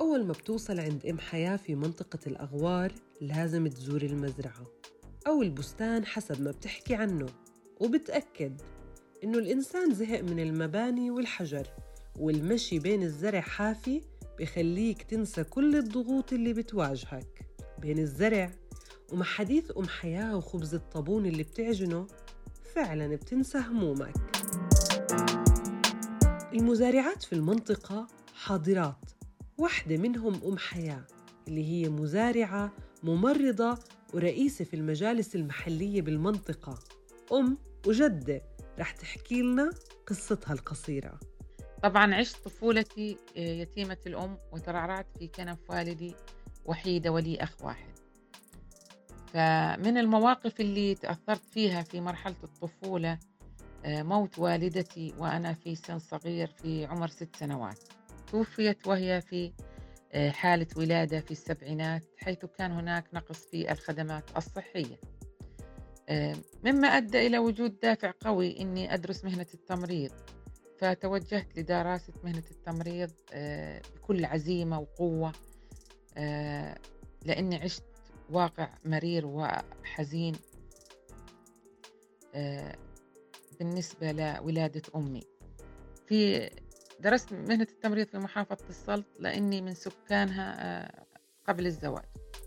أول ما بتوصل عند أم حياة في منطقة الأغوار لازم تزور المزرعة أو البستان حسب ما بتحكي عنه، وبتأكد إنه الإنسان زهق من المباني والحجر، والمشي بين الزرع حافي بخليك تنسى كل الضغوط اللي بتواجهك. بين الزرع ومع حديث أم حياة وخبز الطابون اللي بتعجنه فعلاً بتنسى همومك. المزارعات في المنطقة حاضرات، واحدة منهم أم حياة اللي هي مزارعة ممرضة ورئيسة في المجالس المحلية بالمنطقة، أم وجدة رح تحكي لنا قصتها القصيرة. طبعا عشت طفولتي يتيمة الأم، وترعرعت في كنف والدي وحيدة ولي أخ واحد. فمن المواقف اللي تأثرت فيها في مرحلة الطفولة موت والدتي وأنا في سن صغير في عمر 6 سنوات. توفيت وهي في حالة ولادة في السبعينات، حيث كان هناك نقص في الخدمات الصحية، مما أدى إلى وجود دافع قوي إني أدرس مهنة التمريض. فتوجهت لدراسة مهنة التمريض بكل عزيمة وقوة، لأني عشت واقع مرير وحزين بالنسبة لولادة أمي. درست مهنة التمريض في محافظة السلط لأني من سكانها قبل الزواج.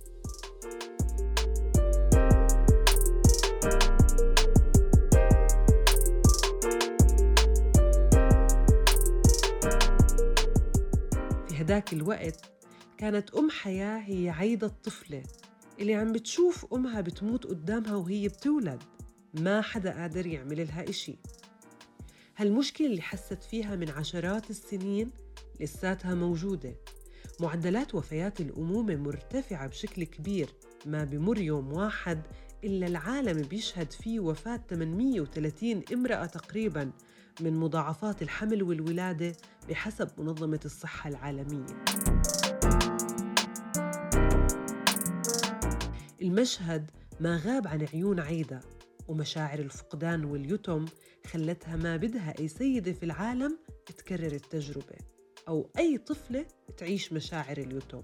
في هداك الوقت كانت أم حياة هي عايدة الطفلة اللي عم بتشوف أمها بتموت قدامها وهي بتولد، ما حدا قادر يعمل لها إشي. هالمشكلة اللي حست فيها من عشرات السنين لساتها موجودة. معدلات وفيات الأمومة مرتفعة بشكل كبير، ما بمر يوم واحد إلا العالم بيشهد فيه وفاة 830 امرأة تقريباً من مضاعفات الحمل والولادة بحسب منظمة الصحة العالمية. المشهد ما غاب عن عيون عايدة، ومشاعر الفقدان واليتم خلتها ما بدها أي سيدة في العالم تكرر التجربة أو أي طفلة تعيش مشاعر اليتم.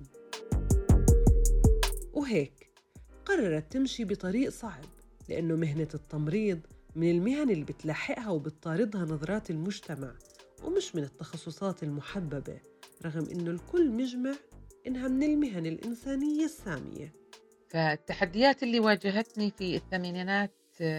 وهيك قررت تمشي بطريق صعب، لأنه مهنة التمريض من المهن اللي بتلاحقها وبتطاردها نظرات المجتمع، ومش من التخصصات المحببة، رغم إنه الكل مجمع إنها من المهن الإنسانية السامية. فالتحديات اللي واجهتني في الثمانينات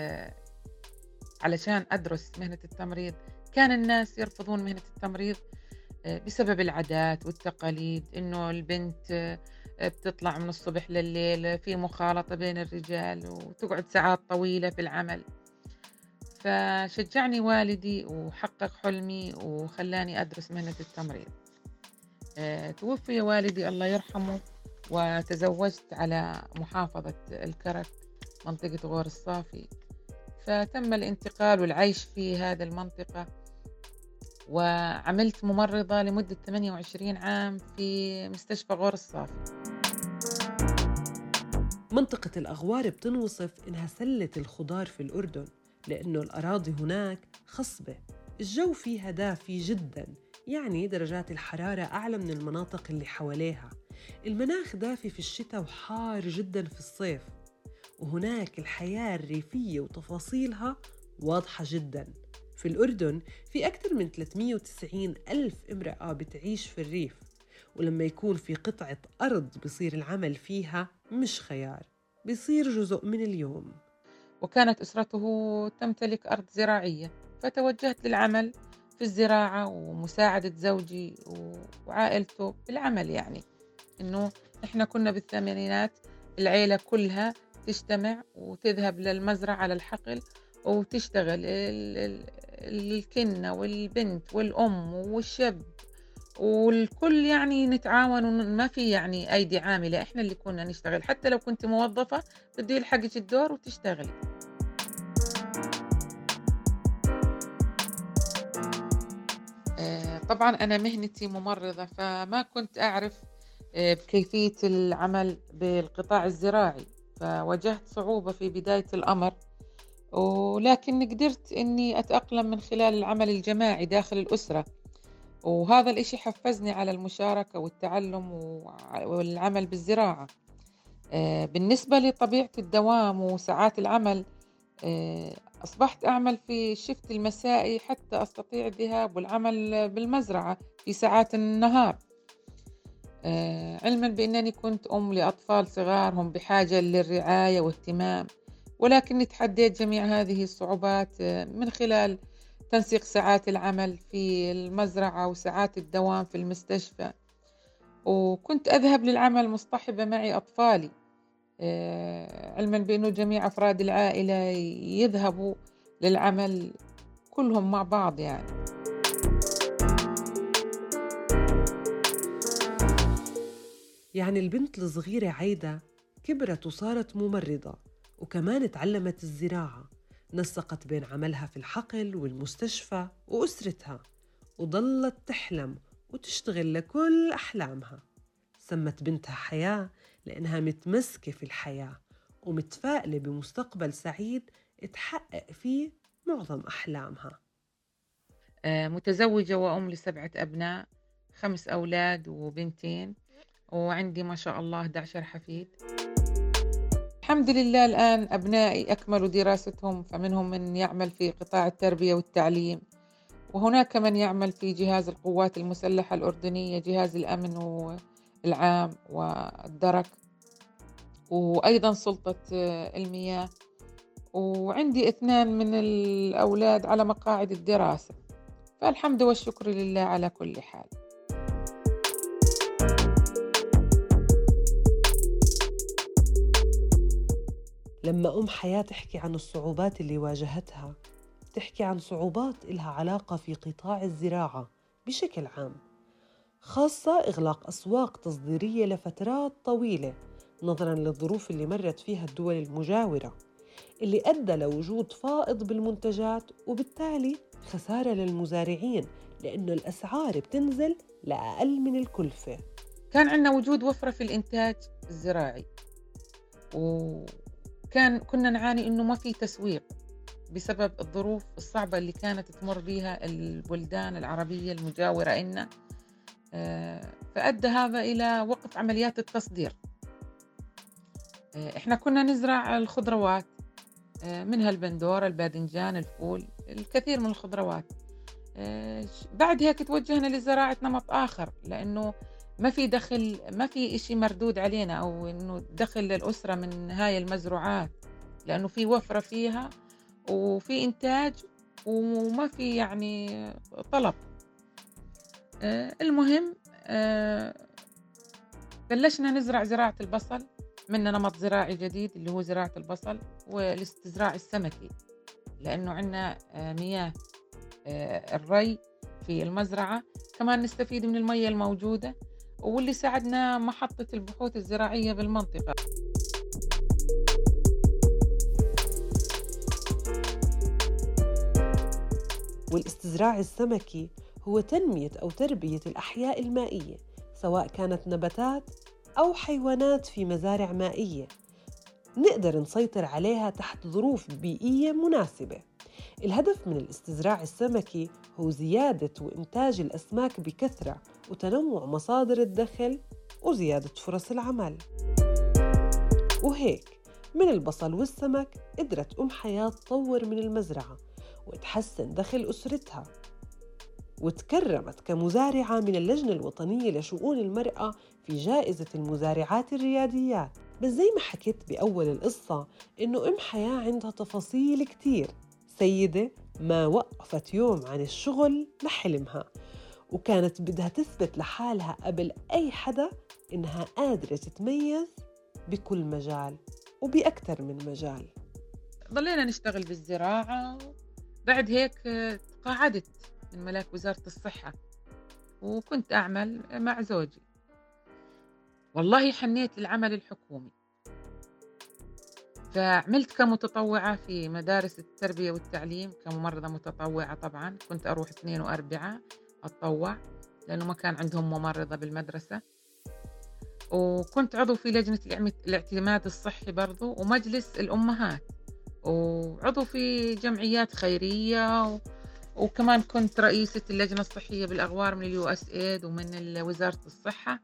علشان أدرس مهنة التمريض، كان الناس يرفضون مهنة التمريض بسبب العادات والتقاليد، إنه البنت بتطلع من الصبح لليل في مخالطة بين الرجال وتقعد ساعات طويلة في العمل. فشجعني والدي وحقق حلمي وخلاني أدرس مهنة التمريض. توفي والدي الله يرحمه، وتزوجت على محافظة الكرك منطقة غور الصافي. فتم الانتقال والعيش في هذه المنطقة، وعملت ممرضة لمدة 28 عام في مستشفى غور الصافي. منطقة الأغوار بتنوصف إنها سلة الخضار في الأردن، لأنه الأراضي هناك خصبة، الجو فيها دافي جداً، يعني درجات الحرارة أعلى من المناطق اللي حواليها. المناخ دافي في الشتاء وحار جداً في الصيف، وهناك الحياة الريفية وتفاصيلها واضحة جداً. في الأردن في أكثر من 390 ألف امرأة بتعيش في الريف، ولما يكون في قطعة أرض بصير العمل فيها مش خيار، بيصير جزء من اليوم. وكانت أسرته تمتلك أرض زراعية، فتوجهت للعمل في الزراعة ومساعدة زوجي وعائلته بالعمل. يعني إنه إحنا كنا بالثمانينات العيلة كلها تجتمع وتذهب للمزرعة على الحقل وتشتغل، الكنة والبنت والأم والشاب والكل، يعني نتعاون، وما في يعني أيدي عاملة، إحنا اللي كنا نشتغل. حتى لو كنت موظفة بده يلحقك الدور وتشتغلي. طبعا أنا مهنتي ممرضة، فما كنت أعرف بكيفية العمل بالقطاع الزراعي، فواجهت صعوبة في بداية الأمر، ولكن قدرت أني أتأقلم من خلال العمل الجماعي داخل الأسرة. وهذا الإشي حفزني على المشاركة والتعلم والعمل بالزراعة. بالنسبة لطبيعة الدوام وساعات العمل، أصبحت أعمل في الشفت المسائي حتى أستطيع الذهاب والعمل بالمزرعة في ساعات النهار، علما بأنني كنت أم لأطفال صغار هم بحاجة للرعاية واهتمام، ولكني تحديت جميع هذه الصعوبات من خلال تنسيق ساعات العمل في المزرعة وساعات الدوام في المستشفى. وكنت أذهب للعمل مصطحبة معي أطفالي، علما بأنه جميع أفراد العائلة يذهبوا للعمل كلهم مع بعض يعني. يعني البنت الصغيرة عايدة كبرت وصارت ممرضة، وكمان تعلمت الزراعة، نسقت بين عملها في الحقل والمستشفى وأسرتها، وظلت تحلم وتشتغل لكل أحلامها. سمت بنتها حياة لأنها متمسكة في الحياة ومتفائلة بمستقبل سعيد تحقق فيه معظم أحلامها. متزوجة وأم ل7 أبناء، 5 أولاد وبنتين، وعندي ما شاء الله 11 حفيد. الحمد لله الآن أبنائي أكملوا دراستهم، فمنهم من يعمل في قطاع التربية والتعليم، وهناك من يعمل في جهاز القوات المسلحة الأردنية، جهاز الأمن العام والدرك، وأيضا سلطة المياه، وعندي 2 من الأولاد على مقاعد الدراسة، فالحمد والشكر لله على كل حال. لما أم حياة تحكي عن الصعوبات اللي واجهتها، تحكي عن صعوبات إلها علاقة في قطاع الزراعة بشكل عام، خاصة إغلاق أسواق تصديرية لفترات طويلة نظراً للظروف اللي مرت فيها الدول المجاورة، اللي أدى لوجود فائض بالمنتجات وبالتالي خسارة للمزارعين لأنه الأسعار بتنزل لأقل من الكلفة. كان وجود وفرة في الإنتاج الزراعي، كنا نعاني إنه ما في تسويق بسبب الظروف الصعبة اللي كانت تمر بها البلدان العربية المجاورة إلنا، فأدى هذا إلى وقف عمليات التصدير. إحنا كنا نزرع الخضروات، منها البندورة، الباذنجان، الفول، الكثير من الخضروات. بعد هيك توجهنا لزراعة نمط آخر، لأنه ما في دخل، ما في إشي مردود علينا أو إنه دخل للأسرة من هاي المزروعات، لأنه في وفرة فيها وفي إنتاج وما في يعني طلب. المهم بلشنا نزرع زراعة البصل، منا نمط زراعي جديد اللي هو زراعة البصل والاستزراع السمكي، لأنه عنا مياه الري في المزرعة، كمان نستفيد من المياه الموجودة، واللي ساعدنا محطة البحوث الزراعية بالمنطقة. والاستزراع السمكي هو تنمية أو تربية الأحياء المائية، سواء كانت نباتات أو حيوانات في مزارع مائية نقدر نسيطر عليها تحت ظروف بيئية مناسبة. الهدف من الاستزراع السمكي هو زيادة وإنتاج الأسماك بكثرة وتنوع مصادر الدخل وزيادة فرص العمل. وهيك من البصل والسمك قدرت أم حياة تطور من المزرعة وتحسن دخل أسرتها، وتكرمت كمزارعة من اللجنة الوطنية لشؤون المرأة في جائزة المزارعات الرياديات. بس زي ما حكيت بأول القصة إنه أم حياة عندها تفاصيل كتير، سيدة ما وقفت يوم عن الشغل لحلمها، وكانت بدها تثبت لحالها قبل أي حدا إنها قادرة تتميز بكل مجال وبأكثر من مجال. ضلينا نشتغل بالزراعة، بعد هيك تقاعدت من ملاك وزارة الصحة وكنت أعمل مع زوجي. والله حنيت للعمل الحكومي، فعملت كمتطوعة في مدارس التربية والتعليم كممرضة متطوعة. طبعا كنت أروح 2 و4 أتطوع لأنه ما كان عندهم ممرضة بالمدرسة، وكنت عضو في لجنة الاعتماد الصحي برضو ومجلس الأمهات، وعضو في جمعيات خيرية وكمان كنت رئيسة اللجنة الصحية بالأغوار من الUSAID ومن وزارة الصحة.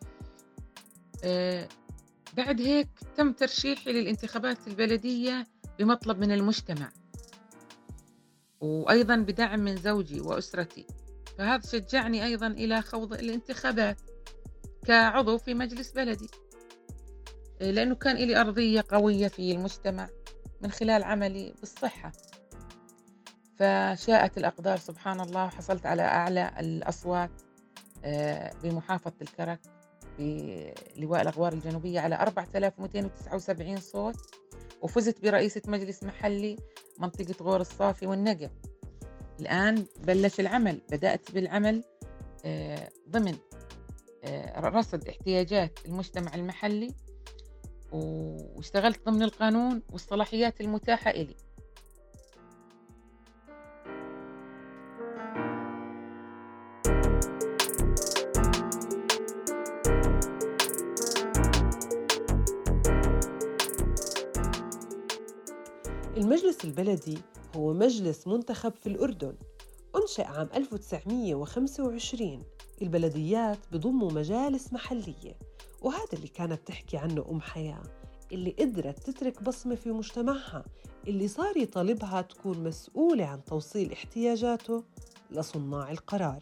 بعد هيك تم ترشيحي للانتخابات البلدية بمطلب من المجتمع، وأيضًا بدعم من زوجي وأسرتي، فهذا شجعني أيضًا إلى خوض الانتخابات كعضو في مجلس بلدي، لأنه كان إلي أرضية قوية في المجتمع من خلال عملي بالصحة. فشاءت الأقدار سبحان الله وحصلت على أعلى الأصوات بمحافظة الكرك بلواء الأغوار الجنوبية على 4279 صوت، وفزت برئيسة مجلس محلي منطقة غور الصافي والنقع. الآن بلش العمل، بدأت بالعمل ضمن رصد احتياجات المجتمع المحلي، واشتغلت ضمن القانون والصلاحيات المتاحة إلي. المجلس البلدي هو مجلس منتخب في الأردن، أنشئ عام 1925. البلديات بضموا مجالس محلية، وهذا اللي كانت تحكي عنه أم حياة، اللي قدرت تترك بصمة في مجتمعها، اللي صار يطالبها تكون مسؤولة عن توصيل احتياجاته لصناع القرار.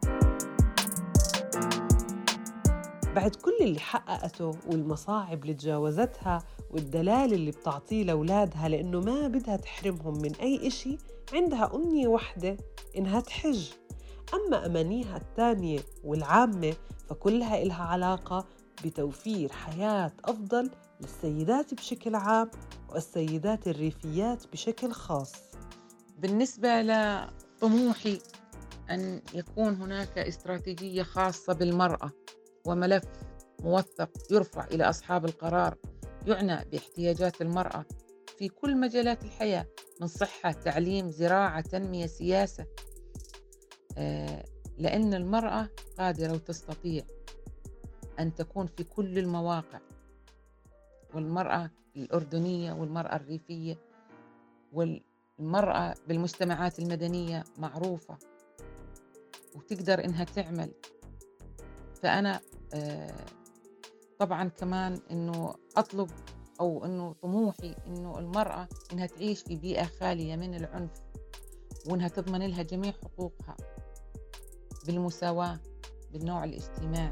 بعد كل اللي حققته والمصاعب اللي تجاوزتها والدلال اللي بتعطيه لأولادها لأنه ما بدها تحرمهم من أي إشي، عندها أمنية واحدة، إنها تحج. أما أمانيها التانية والعامة فكلها إلها علاقة بتوفير حياة أفضل للسيدات بشكل عام والسيدات الريفيات بشكل خاص. بالنسبة لطموحي أن يكون هناك استراتيجية خاصة بالمرأة وملف موثق يرفع إلى أصحاب القرار يعنى باحتياجات المرأة في كل مجالات الحياة، من صحة، تعليم، زراعة، تنمية، سياسة، لأن المرأة قادرة وتستطيع أن تكون في كل المواقع، والمرأة الأردنية والمرأة الريفية والمرأة بالمجتمعات المدنية معروفة وتقدر إنها تعمل. فأنا طبعاً كمان إنه أطلب أو إنه طموحي إنه المرأة إنها تعيش في بيئة خالية من العنف، وإنها تضمن لها جميع حقوقها بالمساواة بالنوع الاجتماعي.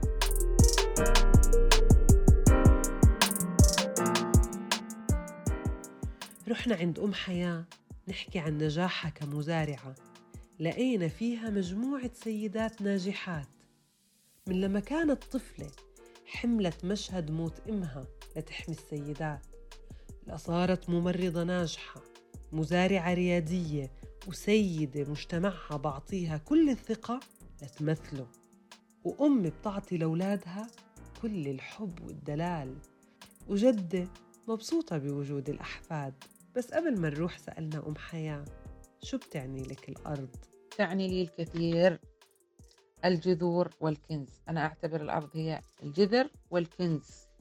رحنا عند أم حياة نحكي عن نجاحها كمزارعة، لقينا فيها مجموعة سيدات ناجحات من لما كانت طفلة حملت مشهد موت إمها لتحمي السيدات، لصارت ممرضة ناجحة، مزارعة ريادية، وسيدة مجتمعها بعطيها كل الثقة لتمثله، وأم بتعطي لأولادها كل الحب والدلال، وجدة مبسوطة بوجود الأحفاد. بس قبل ما نروح سألنا أم حياة شو بتعني لك الأرض؟ تعني لي الكثير، الجذور والكنز. أنا أعتبر الأرض هي الجذر والكنز،